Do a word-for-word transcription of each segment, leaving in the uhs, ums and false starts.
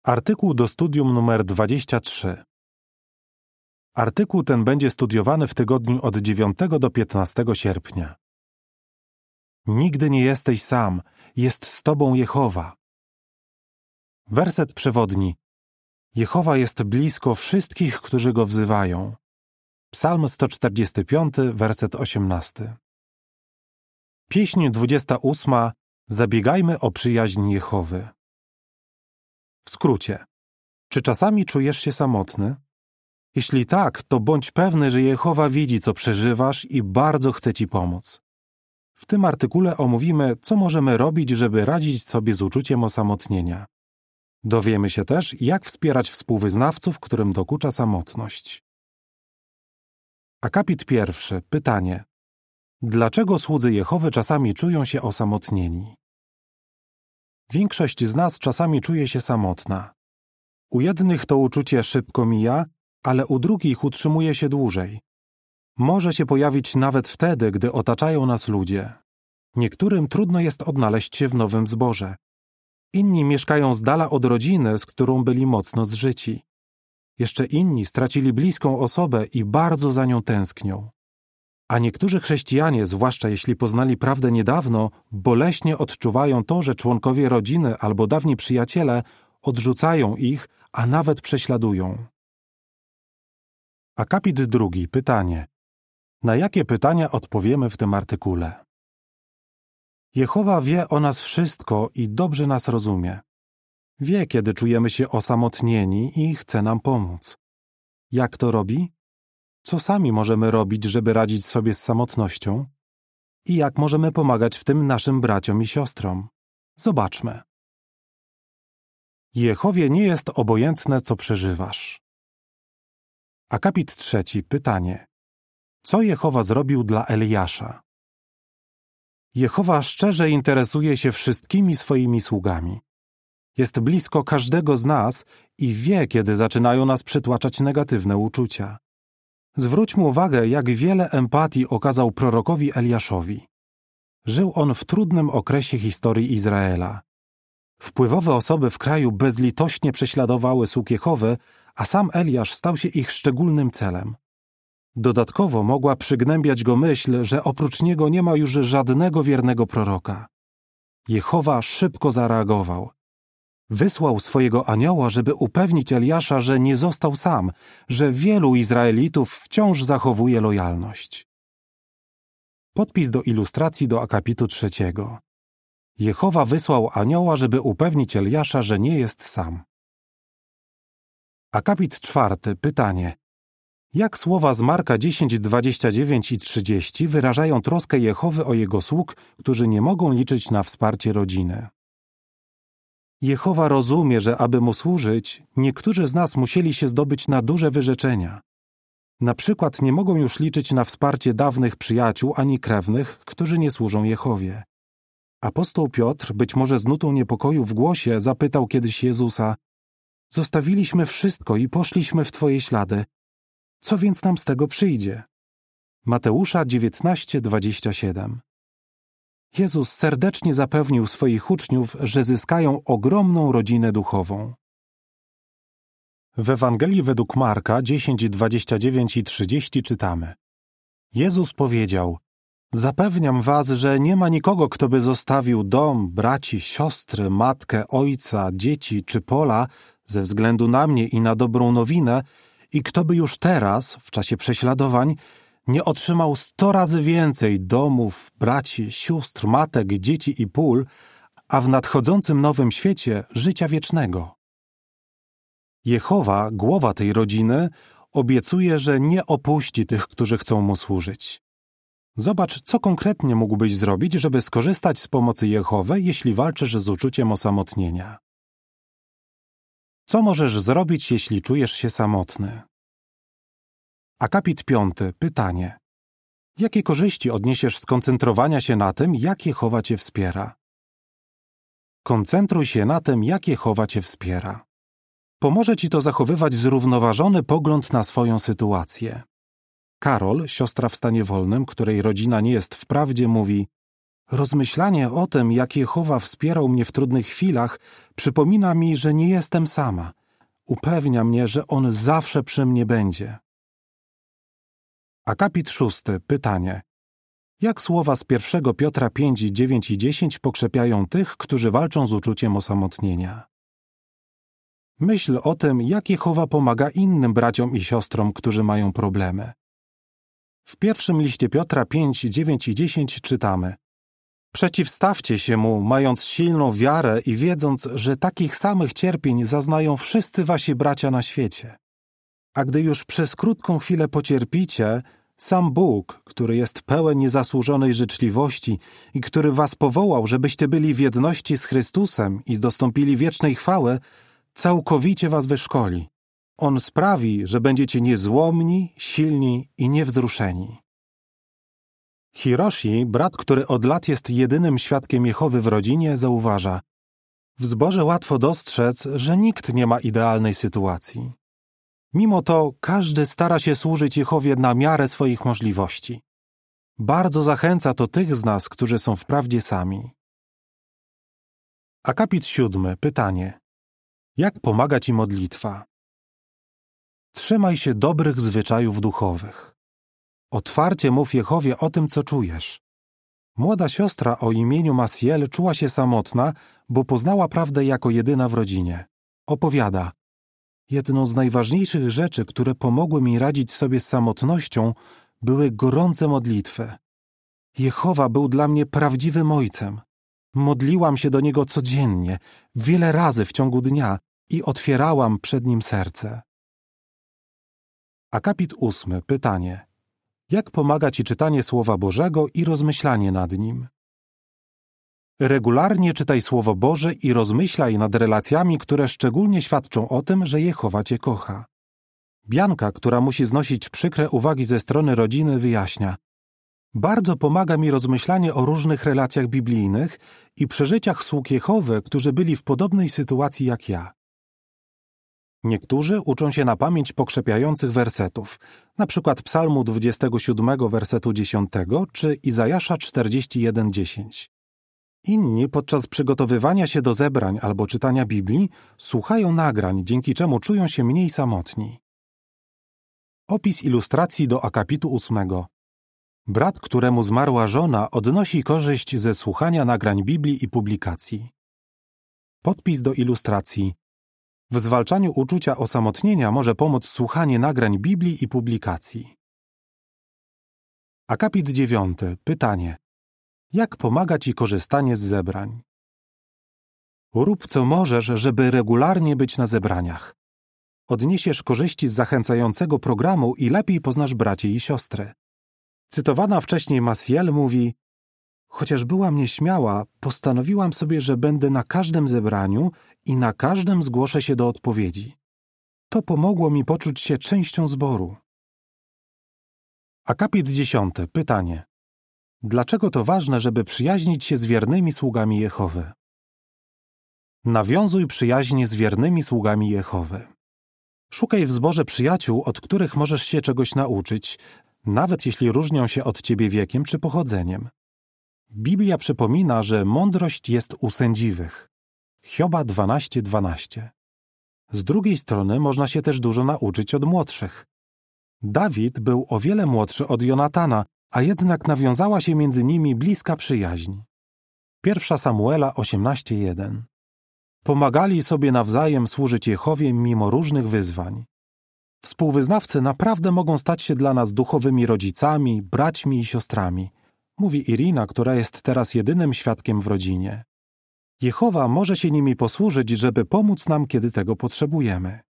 Artykuł do studium numer dwadzieścia trzy. Artykuł ten będzie studiowany w tygodniu od dziewiątego do piętnastego sierpnia. Nigdy nie jesteś sam, jest z tobą Jehowa. Werset przewodni. Jehowa jest blisko wszystkich, którzy go wzywają. Psalm sto czterdziesty piąty, werset osiemnasty. Pieśń dwudziesta ósma. Zabiegajmy o przyjaźń Jehowy. W skrócie. Czy czasami czujesz się samotny? Jeśli tak, to bądź pewny, że Jehowa widzi, co przeżywasz i bardzo chce ci pomóc. W tym artykule omówimy, co możemy robić, żeby radzić sobie z uczuciem osamotnienia. Dowiemy się też, jak wspierać współwyznawców, którym dokucza samotność. Akapit pierwszy. Pytanie. Dlaczego słudzy Jehowy czasami czują się osamotnieni? Większość z nas czasami czuje się samotna. U jednych to uczucie szybko mija, ale u drugich utrzymuje się dłużej. Może się pojawić nawet wtedy, gdy otaczają nas ludzie. Niektórym trudno jest odnaleźć się w nowym zborze. Inni mieszkają z dala od rodziny, z którą byli mocno zżyci. Jeszcze inni stracili bliską osobę i bardzo za nią tęsknią. A niektórzy chrześcijanie, zwłaszcza jeśli poznali prawdę niedawno, boleśnie odczuwają to, że członkowie rodziny albo dawni przyjaciele odrzucają ich, a nawet prześladują. Akapit drugi. Pytanie. Na jakie pytania odpowiemy w tym artykule? Jehowa wie o nas wszystko i dobrze nas rozumie. Wie, kiedy czujemy się osamotnieni i chce nam pomóc. Jak to robi? Co sami możemy robić, żeby radzić sobie z samotnością? I jak możemy pomagać w tym naszym braciom i siostrom? Zobaczmy. Jehowie nie jest obojętne, co przeżywasz. Akapit trzeci. Pytanie. Co Jehowa zrobił dla Eliasza? Jehowa szczerze interesuje się wszystkimi swoimi sługami. Jest blisko każdego z nas i wie, kiedy zaczynają nas przytłaczać negatywne uczucia. Zwróćmy uwagę, jak wiele empatii okazał prorokowi Eliaszowi. Żył on w trudnym okresie historii Izraela. Wpływowe osoby w kraju bezlitośnie prześladowały sług Jehowy, a sam Eliasz stał się ich szczególnym celem. Dodatkowo mogła przygnębiać go myśl, że oprócz niego nie ma już żadnego wiernego proroka. Jehowa szybko zareagował. Wysłał swojego anioła, żeby upewnić Eliasza, że nie został sam, że wielu Izraelitów wciąż zachowuje lojalność. Podpis do ilustracji do akapitu trzeciego. Jehowa wysłał anioła, żeby upewnić Eliasza, że nie jest sam. Akapit czwarty. Pytanie. Jak słowa z Marka dziesięć, dwadzieścia dziewięć i trzydzieści wyrażają troskę Jehowy o jego sług, którzy nie mogą liczyć na wsparcie rodziny? Jehowa rozumie, że aby mu służyć, niektórzy z nas musieli się zdobyć na duże wyrzeczenia. Na przykład nie mogą już liczyć na wsparcie dawnych przyjaciół ani krewnych, którzy nie służą Jehowie. Apostoł Piotr, być może z nutą niepokoju w głosie, zapytał kiedyś Jezusa: Zostawiliśmy wszystko i poszliśmy w Twoje ślady. Co więc nam z tego przyjdzie? Mateusza dziewiętnaście, dwadzieścia siedem. Jezus serdecznie zapewnił swoich uczniów, że zyskają ogromną rodzinę duchową. W Ewangelii według Marka dziesięć, dwadzieścia dziewięć i trzydzieści czytamy. Jezus powiedział: Zapewniam was, że nie ma nikogo, kto by zostawił dom, braci, siostry, matkę, ojca, dzieci czy pola ze względu na mnie i na dobrą nowinę i kto by już teraz, w czasie prześladowań, nie otrzymał sto razy więcej domów, braci, sióstr, matek, dzieci i pól, a w nadchodzącym nowym świecie życia wiecznego. Jehowa, głowa tej rodziny, obiecuje, że nie opuści tych, którzy chcą mu służyć. Zobacz, co konkretnie mógłbyś zrobić, żeby skorzystać z pomocy Jehowy, jeśli walczysz z uczuciem osamotnienia. Co możesz zrobić, jeśli czujesz się samotny? Akapit piąty. Pytanie. Jakie korzyści odniesiesz z koncentrowania się na tym, jak Jehowa cię wspiera? Koncentruj się na tym, jak Jehowa cię wspiera. Pomoże ci to zachowywać zrównoważony pogląd na swoją sytuację. Karol, siostra w stanie wolnym, której rodzina nie jest wprawdzie, mówi: Rozmyślanie o tym, jak Jehowa wspierał mnie w trudnych chwilach, przypomina mi, że nie jestem sama. Upewnia mnie, że On zawsze przy mnie będzie. Akapit szósty. Pytanie. Jak słowa z pierwszego Piotra pięć, dziewięć i dziesięć pokrzepiają tych, którzy walczą z uczuciem osamotnienia? Myśl o tym, jak Jehowa pomaga innym braciom i siostrom, którzy mają problemy. W pierwszym liście Piotra pięć, dziewięć i dziesięć czytamy: Przeciwstawcie się mu, mając silną wiarę i wiedząc, że takich samych cierpień zaznają wszyscy wasi bracia na świecie. A gdy już przez krótką chwilę pocierpicie, sam Bóg, który jest pełen niezasłużonej życzliwości i który was powołał, żebyście byli w jedności z Chrystusem i dostąpili wiecznej chwały, całkowicie was wyszkoli. On sprawi, że będziecie niezłomni, silni i niewzruszeni. Hiroshi, brat, który od lat jest jedynym świadkiem Jehowy w rodzinie, zauważa: w zborze łatwo dostrzec, że nikt nie ma idealnej sytuacji. Mimo to każdy stara się służyć Jehowie na miarę swoich możliwości. Bardzo zachęca to tych z nas, którzy są wprawdzie sami. Akapit siódmy. Pytanie. Jak pomaga ci modlitwa? Trzymaj się dobrych zwyczajów duchowych. Otwarcie mów Jehowie o tym, co czujesz. Młoda siostra o imieniu Masiel czuła się samotna, bo poznała prawdę jako jedyna w rodzinie. Opowiada: jedną z najważniejszych rzeczy, które pomogły mi radzić sobie z samotnością, były gorące modlitwy. Jehowa był dla mnie prawdziwym ojcem. Modliłam się do Niego codziennie, wiele razy w ciągu dnia i otwierałam przed Nim serce. Akapit ósmy. Pytanie. Jak pomaga ci czytanie Słowa Bożego i rozmyślanie nad nim? Regularnie czytaj Słowo Boże i rozmyślaj nad relacjami, które szczególnie świadczą o tym, że Jehowa cię kocha. Bianka, która musi znosić przykre uwagi ze strony rodziny, wyjaśnia: bardzo pomaga mi rozmyślanie o różnych relacjach biblijnych i przeżyciach sług Jehowy, którzy byli w podobnej sytuacji jak ja. Niektórzy uczą się na pamięć pokrzepiających wersetów, na przykład Psalmu dwudziestego siódmego wersetu dziesiątego czy Izajasza czterdzieści jeden dziesięć. Inni podczas przygotowywania się do zebrań albo czytania Biblii słuchają nagrań, dzięki czemu czują się mniej samotni. Opis ilustracji do akapitu ósmego. Brat, któremu zmarła żona, odnosi korzyść ze słuchania nagrań Biblii i publikacji. Podpis do ilustracji. W zwalczaniu uczucia osamotnienia może pomóc słuchanie nagrań Biblii i publikacji. Akapit dziewiąty. Pytanie. Jak pomaga ci korzystanie z zebrań? Rób co możesz, żeby regularnie być na zebraniach. Odniesiesz korzyści z zachęcającego programu i lepiej poznasz braci i siostry. Cytowana wcześniej Masiel mówi: chociaż byłam nieśmiała, postanowiłam sobie, że będę na każdym zebraniu i na każdym zgłoszę się do odpowiedzi. To pomogło mi poczuć się częścią zboru. Akapit dziesiąty. Pytanie. Dlaczego to ważne, żeby przyjaźnić się z wiernymi sługami Jehowy? Nawiązuj przyjaźnie z wiernymi sługami Jehowy. Szukaj w zborze przyjaciół, od których możesz się czegoś nauczyć, nawet jeśli różnią się od ciebie wiekiem czy pochodzeniem. Biblia przypomina, że mądrość jest u sędziwych. Hioba dwanaście dwanaście. Z drugiej strony można się też dużo nauczyć od młodszych. Dawid był o wiele młodszy od Jonatana, a jednak nawiązała się między nimi bliska przyjaźń. Pierwsza Samuela osiemnaście jeden. Pomagali sobie nawzajem służyć Jehowie mimo różnych wyzwań. Współwyznawcy naprawdę mogą stać się dla nas duchowymi rodzicami, braćmi i siostrami, mówi Irina, która jest teraz jedynym świadkiem w rodzinie. Jehowa może się nimi posłużyć, żeby pomóc nam, kiedy tego potrzebujemy.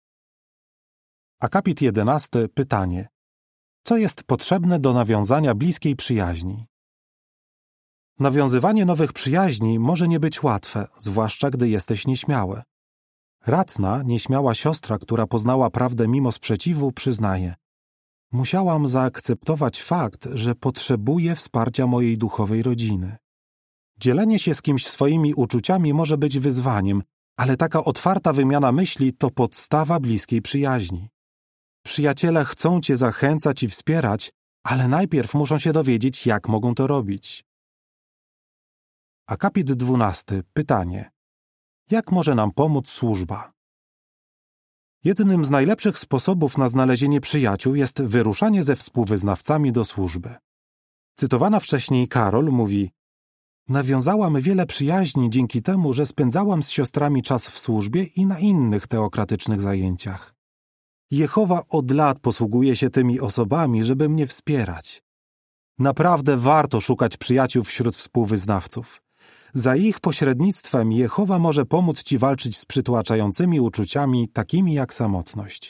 Akapit jedenasty. Pytanie. Co jest potrzebne do nawiązania bliskiej przyjaźni? Nawiązywanie nowych przyjaźni może nie być łatwe, zwłaszcza gdy jesteś nieśmiały. Ratna, nieśmiała siostra, która poznała prawdę mimo sprzeciwu, przyznaje: musiałam zaakceptować fakt, że potrzebuję wsparcia mojej duchowej rodziny. Dzielenie się z kimś swoimi uczuciami może być wyzwaniem, ale taka otwarta wymiana myśli to podstawa bliskiej przyjaźni. Przyjaciele chcą cię zachęcać i wspierać, ale najpierw muszą się dowiedzieć, jak mogą to robić. Akapit dwunasty. Pytanie. Jak może nam pomóc służba? Jednym z najlepszych sposobów na znalezienie przyjaciół jest wyruszanie ze współwyznawcami do służby. Cytowana wcześniej Karol mówi: nawiązałam wiele przyjaźni dzięki temu, że spędzałam z siostrami czas w służbie i na innych teokratycznych zajęciach. Jehowa od lat posługuje się tymi osobami, żeby mnie wspierać. Naprawdę warto szukać przyjaciół wśród współwyznawców. Za ich pośrednictwem Jehowa może pomóc ci walczyć z przytłaczającymi uczuciami, takimi jak samotność.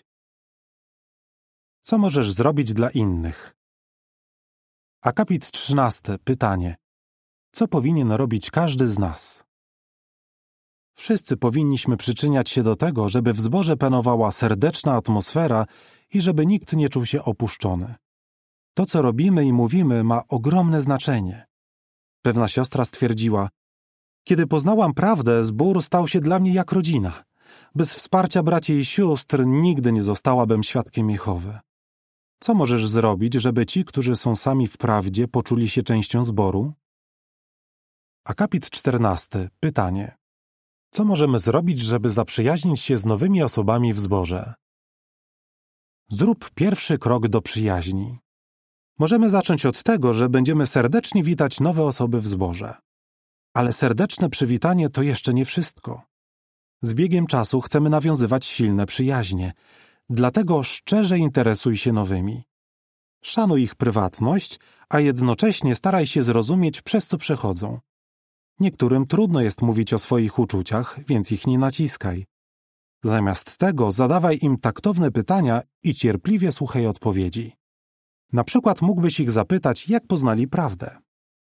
Co możesz zrobić dla innych? Akapit trzynasty. Pytanie. Co powinien robić każdy z nas? Wszyscy powinniśmy przyczyniać się do tego, żeby w zborze panowała serdeczna atmosfera i żeby nikt nie czuł się opuszczony. To, co robimy i mówimy, ma ogromne znaczenie. Pewna siostra stwierdziła: kiedy poznałam prawdę, zbór stał się dla mnie jak rodzina. Bez wsparcia braci i sióstr nigdy nie zostałabym świadkiem Jehowy. Co możesz zrobić, żeby ci, którzy są sami w prawdzie, poczuli się częścią zboru? Akapit czternasty. Pytanie. Co możemy zrobić, żeby zaprzyjaźnić się z nowymi osobami w zborze? Zrób pierwszy krok do przyjaźni. Możemy zacząć od tego, że będziemy serdecznie witać nowe osoby w zborze. Ale serdeczne przywitanie to jeszcze nie wszystko. Z biegiem czasu chcemy nawiązywać silne przyjaźnie. Dlatego szczerze interesuj się nowymi. Szanuj ich prywatność, a jednocześnie staraj się zrozumieć, przez co przechodzą. Niektórym trudno jest mówić o swoich uczuciach, więc ich nie naciskaj. Zamiast tego zadawaj im taktowne pytania i cierpliwie słuchaj odpowiedzi. Na przykład mógłbyś ich zapytać, jak poznali prawdę.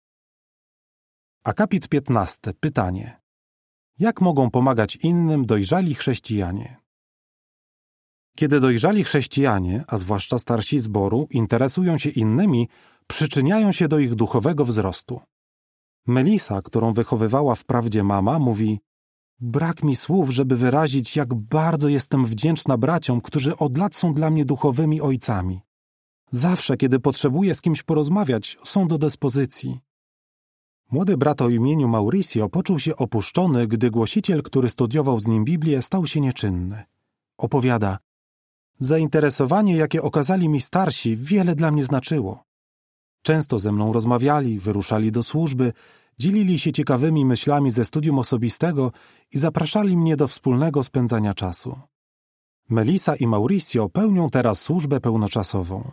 Akapit piętnasty. Pytanie. Jak mogą pomagać innym dojrzali chrześcijanie? Kiedy dojrzali chrześcijanie, a zwłaszcza starsi zboru, interesują się innymi, przyczyniają się do ich duchowego wzrostu. Melisa, którą wychowywała wprawdzie mama, mówi: brak mi słów, żeby wyrazić, jak bardzo jestem wdzięczna braciom, którzy od lat są dla mnie duchowymi ojcami. Zawsze, kiedy potrzebuję z kimś porozmawiać, są do dyspozycji. Młody brat o imieniu Mauricio poczuł się opuszczony, gdy głosiciel, który studiował z nim Biblię, stał się nieczynny. Opowiada: zainteresowanie, jakie okazali mi starsi, wiele dla mnie znaczyło. Często ze mną rozmawiali, wyruszali do służby, dzielili się ciekawymi myślami ze studium osobistego i zapraszali mnie do wspólnego spędzania czasu. Melisa i Mauricio pełnią teraz służbę pełnoczasową.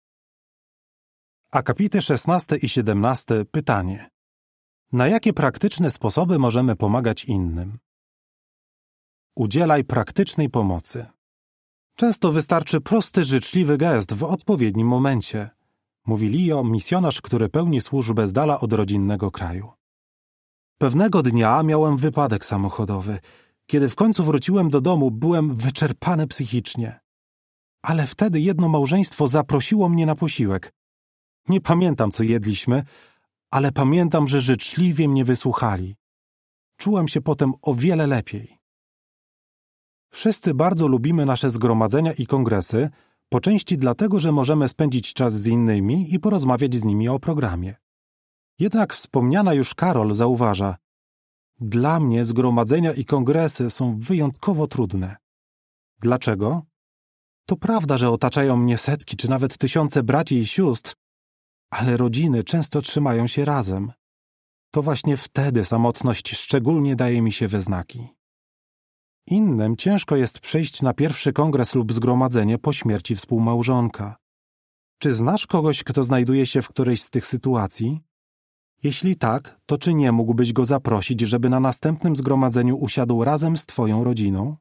Akapity szesnasty i siedemnasty. Pytanie. Na jakie praktyczne sposoby możemy pomagać innym? Udzielaj praktycznej pomocy. Często wystarczy prosty, życzliwy gest w odpowiednim momencie, mówi Leo, misjonarz, który pełni służbę z dala od rodzinnego kraju. Pewnego dnia miałem wypadek samochodowy. Kiedy w końcu wróciłem do domu, byłem wyczerpany psychicznie. Ale wtedy jedno małżeństwo zaprosiło mnie na posiłek. Nie pamiętam, co jedliśmy, ale pamiętam, że życzliwie mnie wysłuchali. Czułem się potem o wiele lepiej. Wszyscy bardzo lubimy nasze zgromadzenia i kongresy, po części dlatego, że możemy spędzić czas z innymi i porozmawiać z nimi o programie. Jednak wspomniana już Karol zauważa: dla mnie zgromadzenia i kongresy są wyjątkowo trudne. Dlaczego? To prawda, że otaczają mnie setki czy nawet tysiące braci i sióstr, ale rodziny często trzymają się razem. To właśnie wtedy samotność szczególnie daje mi się we znaki. Innym ciężko jest przyjść na pierwszy kongres lub zgromadzenie po śmierci współmałżonka. Czy znasz kogoś, kto znajduje się w którejś z tych sytuacji? Jeśli tak, to czy nie mógłbyś go zaprosić, żeby na następnym zgromadzeniu usiadł razem z twoją rodziną?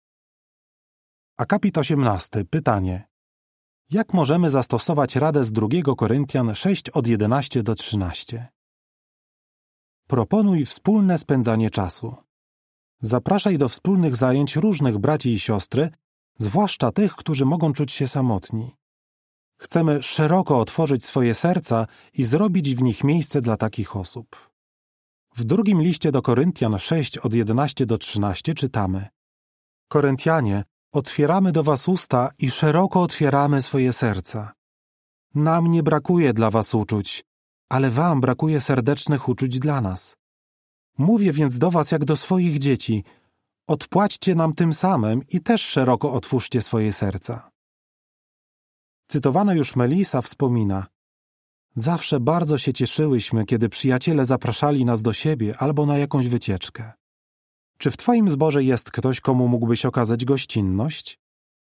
Akapit osiemnasty. Pytanie. Jak możemy zastosować radę z drugiego Koryntian sześć od jedenaście do trzynastu? Proponuj wspólne spędzanie czasu. Zapraszaj do wspólnych zajęć różnych braci i siostry, zwłaszcza tych, którzy mogą czuć się samotni. Chcemy szeroko otworzyć swoje serca i zrobić w nich miejsce dla takich osób. W drugim liście do Koryntian sześć od jedenastu do trzynastu czytamy: Koryntianie, otwieramy do was usta i szeroko otwieramy swoje serca. Nam nie brakuje dla was uczuć, ale wam brakuje serdecznych uczuć dla nas. Mówię więc do was jak do swoich dzieci. Odpłaćcie nam tym samym i też szeroko otwórzcie swoje serca. Cytowana już Melisa wspomina: zawsze bardzo się cieszyłyśmy, kiedy przyjaciele zapraszali nas do siebie albo na jakąś wycieczkę. Czy w twoim zborze jest ktoś, komu mógłbyś okazać gościnność?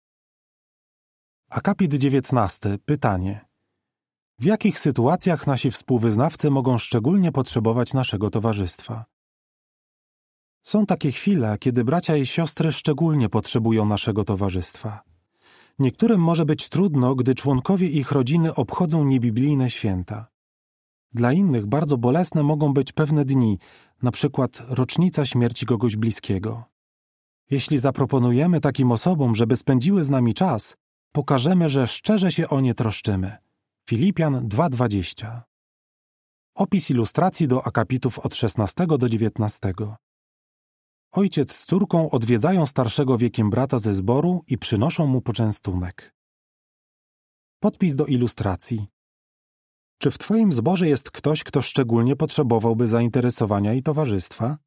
Akapit dziewiętnasty. Pytanie. W jakich sytuacjach nasi współwyznawcy mogą szczególnie potrzebować naszego towarzystwa? Są takie chwile, kiedy bracia i siostry szczególnie potrzebują naszego towarzystwa. Niektórym może być trudno, gdy członkowie ich rodziny obchodzą niebiblijne święta. Dla innych bardzo bolesne mogą być pewne dni, na przykład rocznica śmierci kogoś bliskiego. Jeśli zaproponujemy takim osobom, żeby spędziły z nami czas, pokażemy, że szczerze się o nie troszczymy. Filipian dwa dwadzieścia. Opis ilustracji do akapitów od szesnastego do dziewiętnastego. Ojciec z córką odwiedzają starszego wiekiem brata ze zboru i przynoszą mu poczęstunek. Podpis do ilustracji. Czy w twoim zborze jest ktoś, kto szczególnie potrzebowałby zainteresowania i towarzystwa?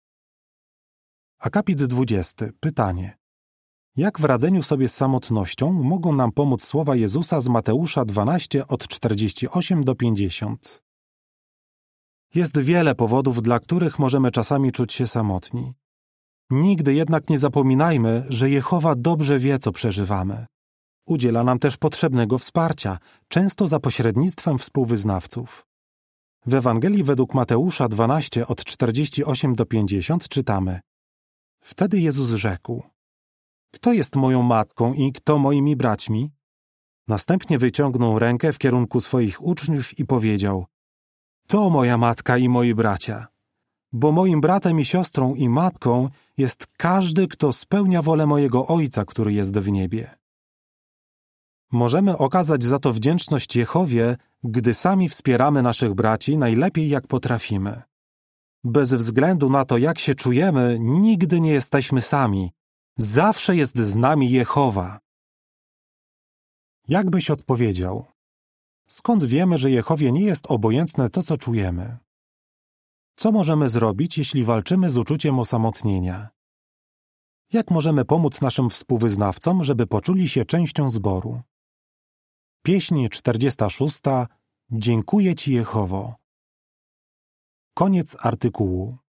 Akapit dwudziesty. Pytanie. Jak w radzeniu sobie z samotnością mogą nam pomóc słowa Jezusa z Mateusza dwanaście od czterdziestu ośmiu do pięćdziesięciu? Jest wiele powodów, dla których możemy czasami czuć się samotni. Nigdy jednak nie zapominajmy, że Jehowa dobrze wie, co przeżywamy. Udziela nam też potrzebnego wsparcia, często za pośrednictwem współwyznawców. W Ewangelii według Mateusza dwanaście od czterdziestu ośmiu do pięćdziesięciu czytamy: Wtedy Jezus rzekł: Kto jest moją matką i kto moimi braćmi? Następnie wyciągnął rękę w kierunku swoich uczniów i powiedział: To moja matka i moi bracia. Bo moim bratem i siostrą i matką jest każdy, kto spełnia wolę mojego Ojca, który jest w niebie. Możemy okazać za to wdzięczność Jehowie, gdy sami wspieramy naszych braci najlepiej jak potrafimy. Bez względu na to, jak się czujemy, nigdy nie jesteśmy sami. Zawsze jest z nami Jehowa. Jak byś odpowiedział? Skąd wiemy, że Jehowie nie jest obojętne to, co czujemy? Co możemy zrobić, jeśli walczymy z uczuciem osamotnienia? Jak możemy pomóc naszym współwyznawcom, żeby poczuli się częścią zboru? Pieśń czterdziesta szósta. Dziękuję Ci, Jehowo. Koniec artykułu.